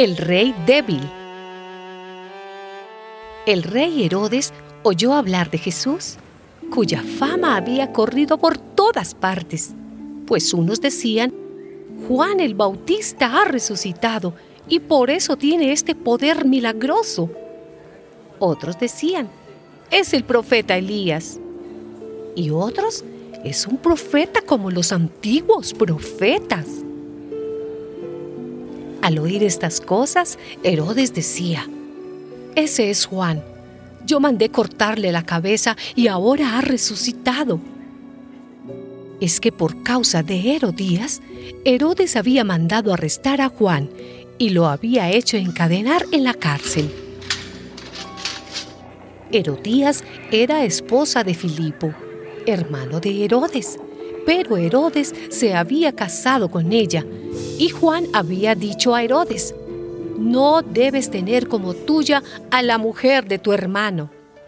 El rey débil. El rey Herodes oyó hablar de Jesús, cuya fama había corrido por todas partes, pues unos decían: Juan el Bautista ha resucitado y por eso tiene este poder milagroso. Otros decían: es el profeta Elías. Y otros: es un profeta como los antiguos profetas. Al oír estas cosas, Herodes decía: ese es Juan. Yo mandé cortarle la cabeza y ahora ha resucitado. Es que por causa de Herodías, Herodes había mandado arrestar a Juan y lo había hecho encadenar en la cárcel. Herodías era esposa de Filipo, hermano de Herodes, pero Herodes se había casado con ella y Juan había dicho a Herodes: no debes tener como tuya a la mujer de tu hermano.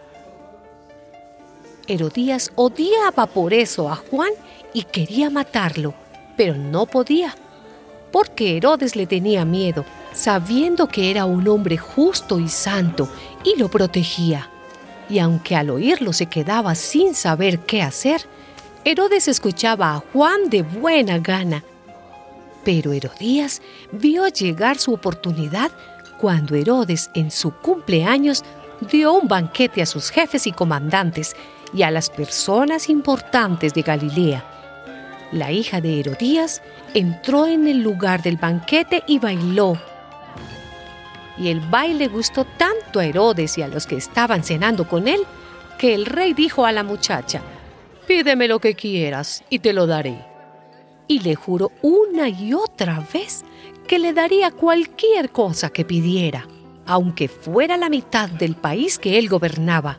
Herodías odiaba por eso a Juan y quería matarlo, pero no podía, porque Herodes le tenía miedo, sabiendo que era un hombre justo y santo, y lo protegía. Y aunque al oírlo se quedaba sin saber qué hacer, Herodes escuchaba a Juan de buena gana. Pero Herodías vio llegar su oportunidad cuando Herodes, en su cumpleaños, dio un banquete a sus jefes y comandantes y a las personas importantes de Galilea. La hija de Herodías entró en el lugar del banquete y bailó. Y el baile gustó tanto a Herodes y a los que estaban cenando con él, que el rey dijo a la muchacha: pídeme lo que quieras y te lo daré. Y le juró una y otra vez que le daría cualquier cosa que pidiera, aunque fuera la mitad del país que él gobernaba.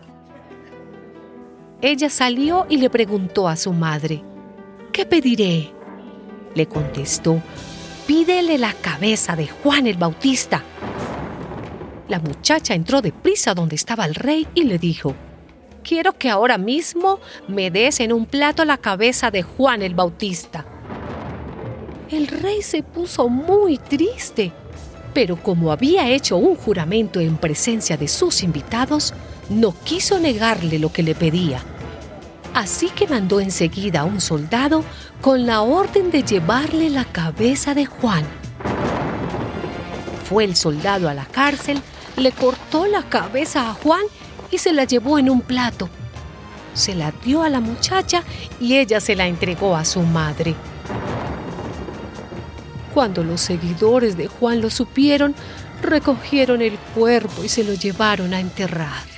Ella salió y le preguntó a su madre: ¿qué pediré? Le contestó: pídele la cabeza de Juan el Bautista. La muchacha entró deprisa donde estaba el rey y le dijo: quiero que ahora mismo me des en un plato la cabeza de Juan el Bautista. El rey se puso muy triste, pero como había hecho un juramento en presencia de sus invitados, no quiso negarle lo que le pedía. Así que mandó enseguida a un soldado con la orden de llevarle la cabeza de Juan. Fue el soldado a la cárcel, le cortó la cabeza a Juan y se la llevó en un plato. Se la dio a la muchacha y ella se la entregó a su madre. Cuando los seguidores de Juan lo supieron, recogieron el cuerpo y se lo llevaron a enterrar.